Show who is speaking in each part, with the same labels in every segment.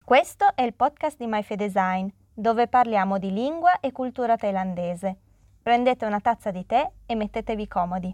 Speaker 1: Questo è il podcast di MyFedesign, dove parliamo di lingua e cultura thailandese. Prendete una tazza di tè e mettetevi comodi.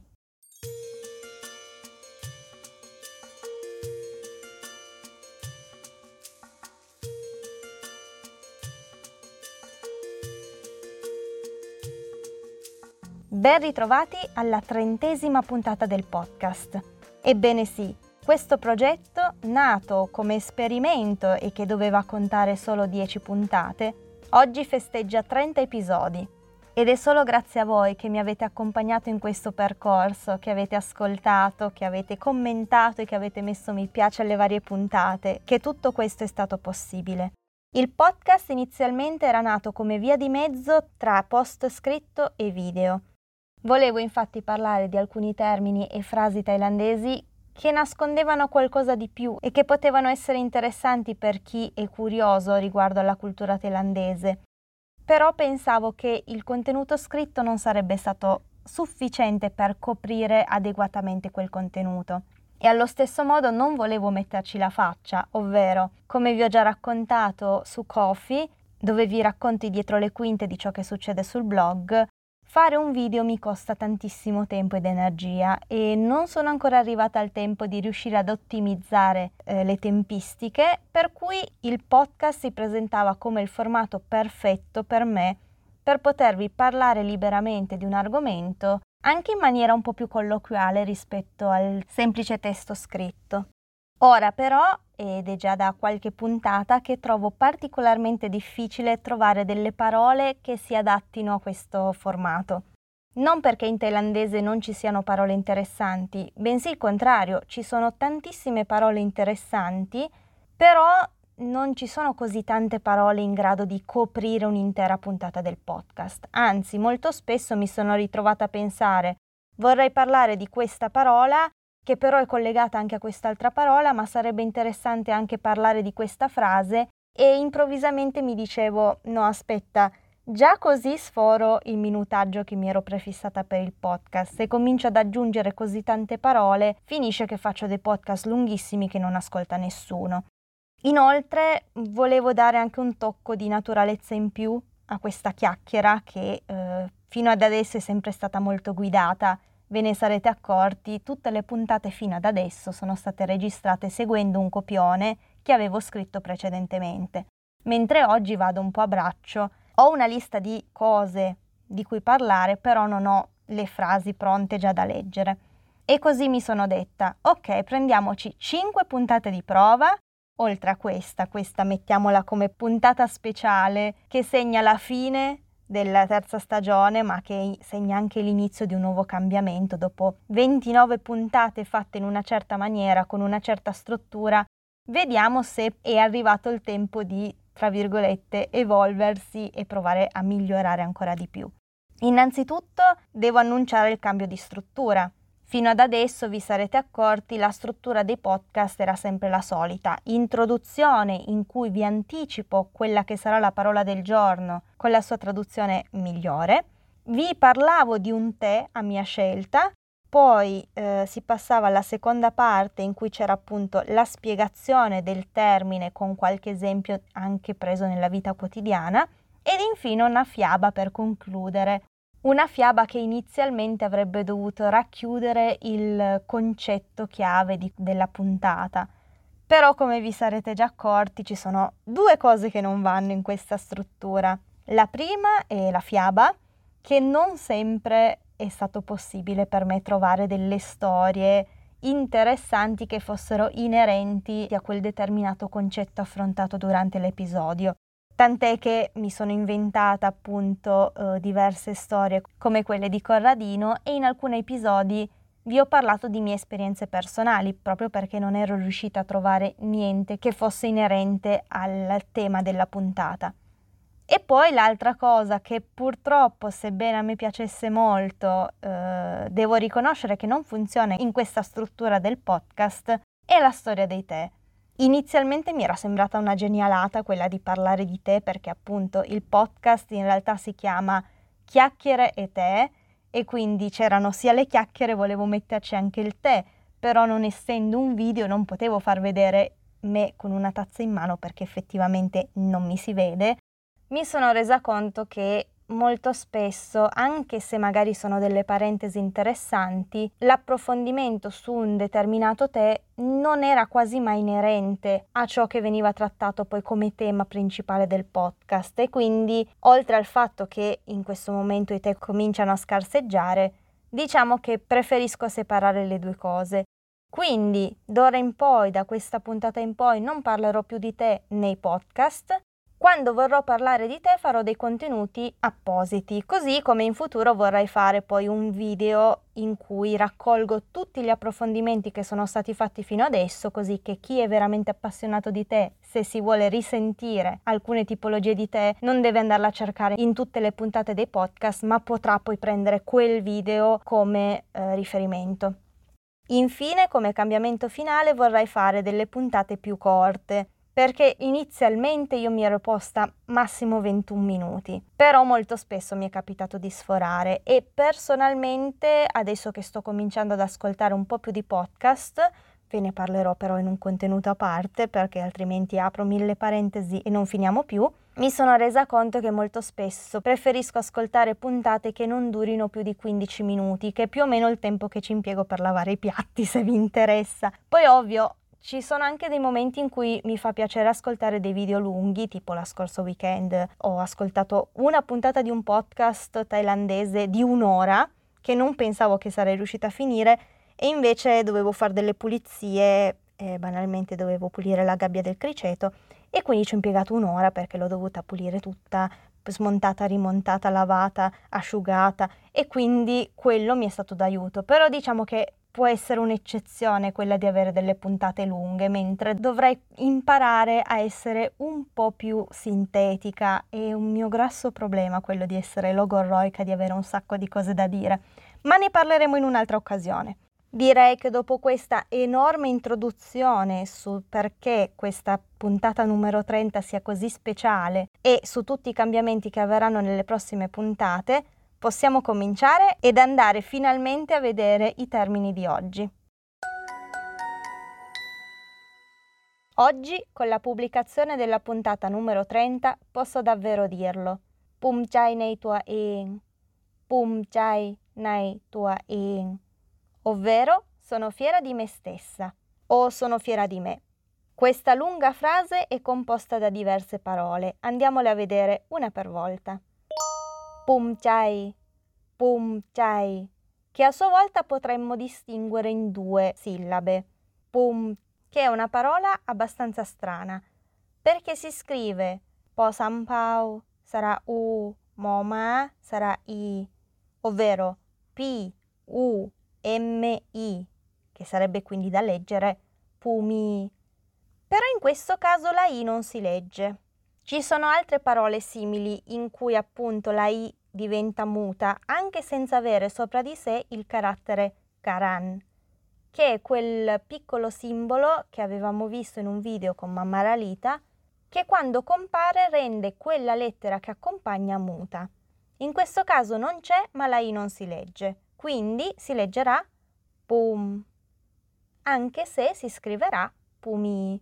Speaker 1: Ben ritrovati alla 30ª puntata del podcast. Ebbene sì, questo progetto, nato come esperimento e che doveva contare solo 10 puntate, oggi festeggia 30 episodi. Ed è solo grazie a voi che mi avete accompagnato in questo percorso, che avete ascoltato, che avete commentato e che avete messo mi piace alle varie puntate, che tutto questo è stato possibile. Il podcast inizialmente era nato come via di mezzo tra post scritto e video. Volevo infatti parlare di alcuni termini e frasi thailandesi che nascondevano qualcosa di più e che potevano essere interessanti per chi è curioso riguardo alla cultura thailandese. Però pensavo che il contenuto scritto non sarebbe stato sufficiente per coprire adeguatamente quel contenuto. E allo stesso modo non volevo metterci la faccia, ovvero, come vi ho già raccontato su Ko-fi, dove vi racconto dietro le quinte di ciò che succede sul blog, fare un video mi costa tantissimo tempo ed energia e non sono ancora arrivata al tempo di riuscire ad ottimizzare le tempistiche, per cui il podcast si presentava come il formato perfetto per me per potervi parlare liberamente di un argomento anche in maniera un po' più colloquiale rispetto al semplice testo scritto. Ora però, ed è già da qualche puntata, che trovo particolarmente difficile trovare delle parole che si adattino a questo formato. Non perché in thailandese non ci siano parole interessanti, bensì il contrario, ci sono tantissime parole interessanti, però non ci sono così tante parole in grado di coprire un'intera puntata del podcast. Anzi, molto spesso mi sono ritrovata a pensare, vorrei parlare di questa parola, che però è collegata anche a quest'altra parola, ma sarebbe interessante anche parlare di questa frase, e improvvisamente mi dicevo, no aspetta, già così sforo il minutaggio che mi ero prefissata per il podcast. Se comincio ad aggiungere così tante parole, finisce che faccio dei podcast lunghissimi che non ascolta nessuno. Inoltre volevo dare anche un tocco di naturalezza in più a questa chiacchiera che fino ad adesso è sempre stata molto guidata. Ve ne sarete accorti, tutte le puntate fino ad adesso sono state registrate seguendo un copione che avevo scritto precedentemente, mentre oggi vado un po' a braccio. Ho una lista di cose di cui parlare, però non ho le frasi pronte già da leggere. E così mi sono detta, ok, prendiamoci 5 puntate di prova, oltre a questa mettiamola come puntata speciale che segna la fine della terza stagione, ma che segna anche l'inizio di un nuovo cambiamento. Dopo 29 puntate fatte in una certa maniera, con una certa struttura, vediamo se è arrivato il tempo di, tra virgolette, evolversi e provare a migliorare ancora di più. Innanzitutto devo annunciare il cambio di struttura. Fino ad adesso, vi sarete accorti, la struttura dei podcast era sempre la solita. Introduzione in cui vi anticipo quella che sarà la parola del giorno con la sua traduzione migliore. Vi parlavo di un tè a mia scelta, poi si passava alla seconda parte in cui c'era appunto la spiegazione del termine con qualche esempio anche preso nella vita quotidiana ed infine una fiaba per concludere. Una fiaba che inizialmente avrebbe dovuto racchiudere il concetto chiave della puntata. Però, come vi sarete già accorti, ci sono due cose che non vanno in questa struttura. La prima è la fiaba, che non sempre è stato possibile per me trovare delle storie interessanti che fossero inerenti a quel determinato concetto affrontato durante l'episodio. Tant'è che mi sono inventata appunto diverse storie come quelle di Corradino e in alcuni episodi vi ho parlato di mie esperienze personali proprio perché non ero riuscita a trovare niente che fosse inerente al tema della puntata. E poi l'altra cosa che purtroppo, sebbene a me piacesse molto, devo riconoscere che non funziona in questa struttura del podcast, è la storia dei tè. Inizialmente mi era sembrata una genialata quella di parlare di tè perché appunto il podcast in realtà si chiama Chiacchiere e tè e quindi c'erano sia le chiacchiere, volevo metterci anche il tè, però non essendo un video non potevo far vedere me con una tazza in mano perché effettivamente non mi si vede, mi sono resa conto che molto spesso, anche se magari sono delle parentesi interessanti, l'approfondimento su un determinato tè non era quasi mai inerente a ciò che veniva trattato poi come tema principale del podcast, e quindi, oltre al fatto che in questo momento i tè cominciano a scarseggiare, diciamo che preferisco separare le due cose. Quindi, d'ora in poi, da questa puntata in poi, non parlerò più di tè nei podcast. Quando vorrò parlare di te farò dei contenuti appositi, così come in futuro vorrei fare poi un video in cui raccolgo tutti gli approfondimenti che sono stati fatti fino adesso, così che chi è veramente appassionato di te, se si vuole risentire alcune tipologie di te, non deve andarla a cercare in tutte le puntate dei podcast, ma potrà poi prendere quel video come riferimento. Infine, come cambiamento finale, vorrei fare delle puntate più corte, perché inizialmente io mi ero posta massimo 21 minuti, però molto spesso mi è capitato di sforare e personalmente, adesso che sto cominciando ad ascoltare un po' più di podcast, ve ne parlerò però in un contenuto a parte perché altrimenti apro 1000 parentesi e non finiamo più, mi sono resa conto che molto spesso preferisco ascoltare puntate che non durino più di 15 minuti, che è più o meno il tempo che ci impiego per lavare i piatti, se vi interessa. Poi ovvio, ci sono anche dei momenti in cui mi fa piacere ascoltare dei video lunghi, tipo la scorso weekend ho ascoltato una puntata di un podcast thailandese di 1 ora, che non pensavo che sarei riuscita a finire, e invece dovevo fare delle pulizie, banalmente dovevo pulire la gabbia del criceto, e quindi ci ho impiegato 1 ora perché l'ho dovuta pulire tutta, smontata, rimontata, lavata, asciugata, e quindi quello mi è stato d'aiuto. Però diciamo che può essere un'eccezione quella di avere delle puntate lunghe, mentre dovrei imparare a essere un po' più sintetica. È un mio grosso problema quello di essere logorroica, di avere un sacco di cose da dire, ma ne parleremo in un'altra occasione. Direi che dopo questa enorme introduzione su perché questa puntata numero 30 sia così speciale e su tutti i cambiamenti che avverranno nelle prossime puntate, possiamo cominciare ed andare finalmente a vedere i termini di oggi. Oggi, con la pubblicazione della puntata numero 30, posso davvero dirlo. Pumchai nei tua ing. Pumchai nei tua ing. Ovvero, sono fiera di me stessa o sono fiera di me. Questa lunga frase è composta da diverse parole. Andiamole a vedere una per volta. Pumchai, pumchai, che a sua volta potremmo distinguere in 2 sillabe. Pum, che è una parola abbastanza strana, perché si scrive po sampau sarà u, moma sarà i, ovvero p, u, m, i, che sarebbe quindi da leggere pumi. Però in questo caso la i non si legge. Ci sono altre parole simili in cui appunto la i diventa muta anche senza avere sopra di sé il carattere karan, che è quel piccolo simbolo che avevamo visto in un video con Mamma Ralita, che quando compare rende quella lettera che accompagna muta. In questo caso non c'è, ma la i non si legge, quindi si leggerà pum, anche se si scriverà pumi.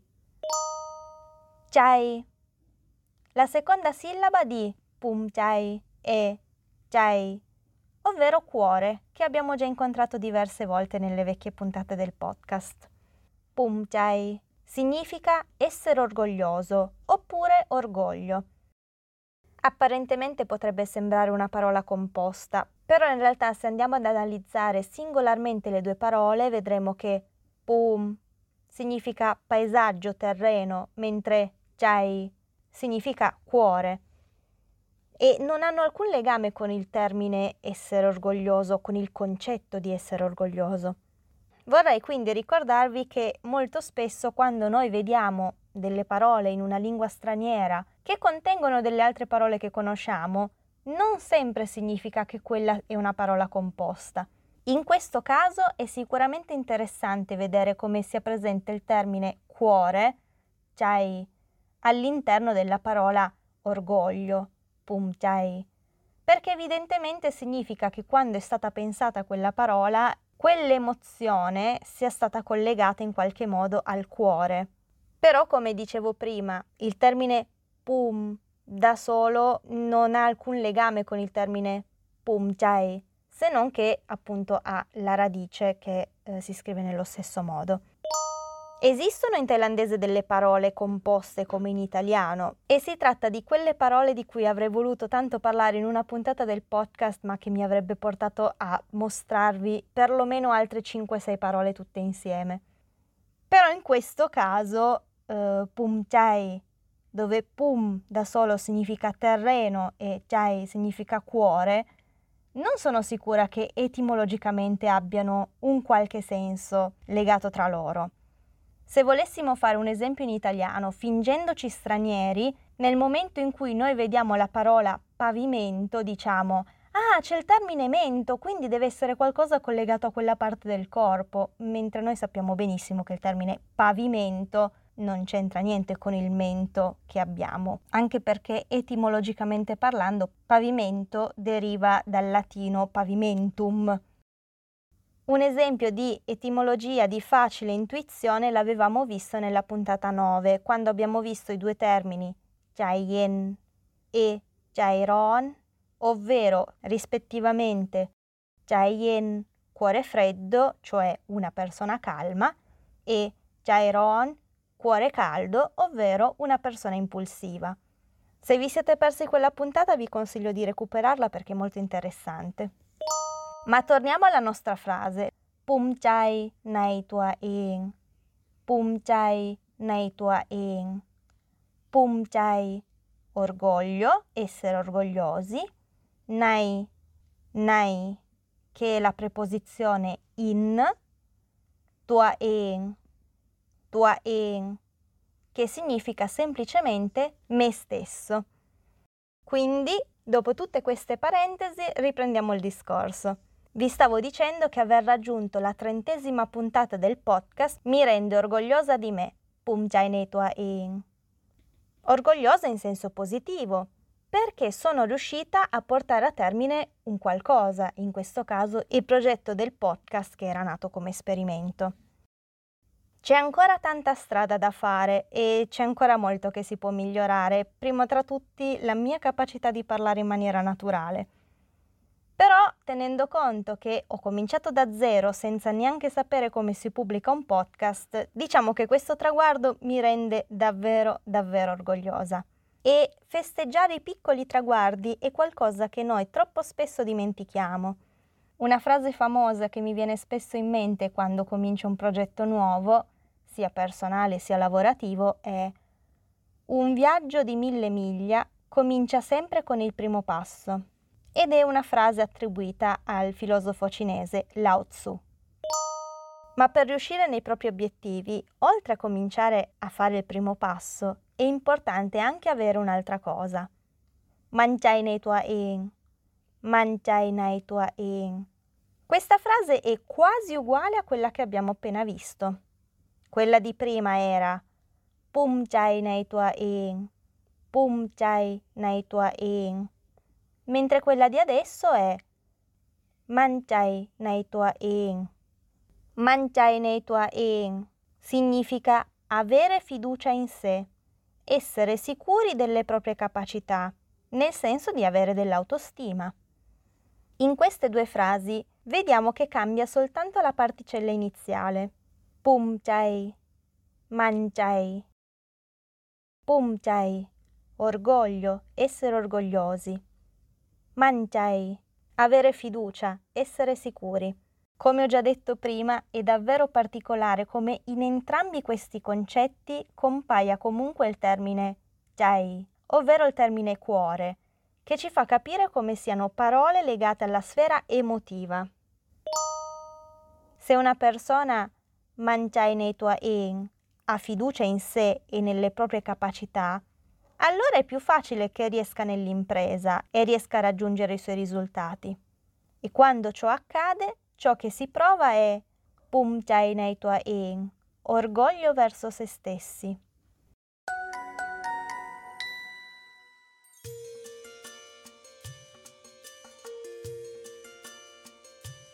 Speaker 1: Chai. La seconda sillaba di pumchai è chai, ovvero cuore, che abbiamo già incontrato diverse volte nelle vecchie puntate del podcast. Pumchai significa essere orgoglioso oppure orgoglio. Apparentemente potrebbe sembrare una parola composta, però in realtà se andiamo ad analizzare singolarmente le due parole vedremo che pum significa paesaggio, terreno, mentre chai significa cuore, e non hanno alcun legame con il termine essere orgoglioso, con il concetto di essere orgoglioso. Vorrei quindi ricordarvi che molto spesso quando noi vediamo delle parole in una lingua straniera che contengono delle altre parole che conosciamo, non sempre significa che quella è una parola composta. In questo caso è sicuramente interessante vedere come sia presente il termine cuore, chai, all'interno della parola orgoglio, pumchai, perché evidentemente significa che quando è stata pensata quella parola, quell'emozione sia stata collegata in qualche modo al cuore. Però, come dicevo prima, il termine pum da solo non ha alcun legame con il termine pumjai, se non che appunto ha la radice che si scrive nello stesso modo. Esistono in thailandese delle parole composte come in italiano e si tratta di quelle parole di cui avrei voluto tanto parlare in una puntata del podcast, ma che mi avrebbe portato a mostrarvi perlomeno altre 5-6 parole tutte insieme. Però in questo caso pumjai, dove pum da solo significa terreno e jai significa cuore, non sono sicura che etimologicamente abbiano un qualche senso legato tra loro. Se volessimo fare un esempio in italiano, fingendoci stranieri, nel momento in cui noi vediamo la parola pavimento, diciamo «Ah, c'è il termine mento, quindi deve essere qualcosa collegato a quella parte del corpo», mentre noi sappiamo benissimo che il termine pavimento non c'entra niente con il mento che abbiamo, anche perché etimologicamente parlando pavimento deriva dal latino pavimentum. Un esempio di etimologia di facile intuizione l'avevamo visto nella puntata 9, quando abbiamo visto i due termini Jaien e Jairon, ovvero rispettivamente Jaien, cuore freddo, cioè una persona calma, e Jairon, cuore caldo, ovvero una persona impulsiva. Se vi siete persi quella puntata vi consiglio di recuperarla perché è molto interessante. Ma torniamo alla nostra frase. Pumjai nai tua eng. Pumjai nai tua eng. Pumjai, orgoglio, essere orgogliosi. Nai, che è la preposizione in. Tua eng, che significa semplicemente me stesso. Quindi, dopo tutte queste parentesi, riprendiamo il discorso. Vi stavo dicendo che aver raggiunto la 30ª puntata del podcast mi rende orgogliosa di me. Pumjai ne tua eng. Orgogliosa in senso positivo, perché sono riuscita a portare a termine un qualcosa, in questo caso il progetto del podcast che era nato come esperimento. C'è ancora tanta strada da fare e c'è ancora molto che si può migliorare, primo tra tutti la mia capacità di parlare in maniera naturale. Però, tenendo conto che ho cominciato da zero senza neanche sapere come si pubblica un podcast, diciamo che questo traguardo mi rende davvero, davvero orgogliosa. E festeggiare i piccoli traguardi è qualcosa che noi troppo spesso dimentichiamo. Una frase famosa che mi viene spesso in mente quando comincio un progetto nuovo, sia personale sia lavorativo, è «Un viaggio di 1000 miglia comincia sempre con il primo passo». Ed è una frase attribuita al filosofo cinese Lao Tzu. Ma per riuscire nei propri obiettivi, oltre a cominciare a fare il primo passo, è importante anche avere un'altra cosa. Manjai nei tua eng, manjai nei tua eng. Questa frase è quasi uguale a quella che abbiamo appena visto. Quella di prima era Pumjai nei tua eng, Pumjai nei tua eng. Mentre quella di adesso è Manjai nei tua eng. Manjai nei tua eng significa avere fiducia in sé, essere sicuri delle proprie capacità, nel senso di avere dell'autostima. In queste due frasi vediamo che cambia soltanto la particella iniziale. Pumjai, manjai. Pumjai, orgoglio, essere orgogliosi. Manjai, avere fiducia, essere sicuri. Come ho già detto prima, è davvero particolare come in entrambi questi concetti compaia comunque il termine jai, ovvero il termine cuore, che ci fa capire come siano parole legate alla sfera emotiva. Se una persona manjai nei tua eng ha fiducia in sé e nelle proprie capacità, allora è più facile che riesca nell'impresa e riesca a raggiungere i suoi risultati. E quando ciò accade, ciò che si prova è Pumjai nei tua eng, orgoglio verso se stessi.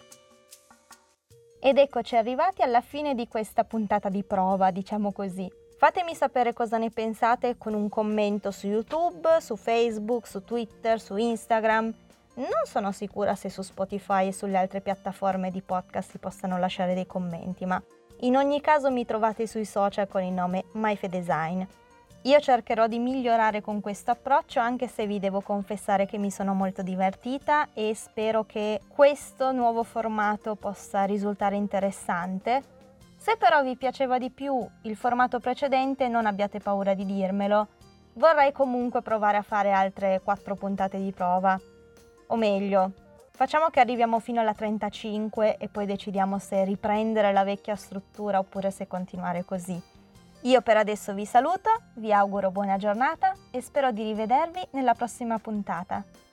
Speaker 1: Ed eccoci arrivati alla fine di questa puntata di prova, diciamo così. Fatemi sapere cosa ne pensate con un commento su YouTube, su Facebook, su Twitter, su Instagram. Non sono sicura se su Spotify e sulle altre piattaforme di podcast si possano lasciare dei commenti, ma in ogni caso mi trovate sui social con il nome MyFedesign. Io cercherò di migliorare con questo approccio, anche se vi devo confessare che mi sono molto divertita e spero che questo nuovo formato possa risultare interessante. Se però vi piaceva di più il formato precedente, non abbiate paura di dirmelo. Vorrei comunque provare a fare altre 4 puntate di prova. O meglio, facciamo che arriviamo fino alla 35 e poi decidiamo se riprendere la vecchia struttura oppure se continuare così. Io per adesso vi saluto, vi auguro buona giornata e spero di rivedervi nella prossima puntata.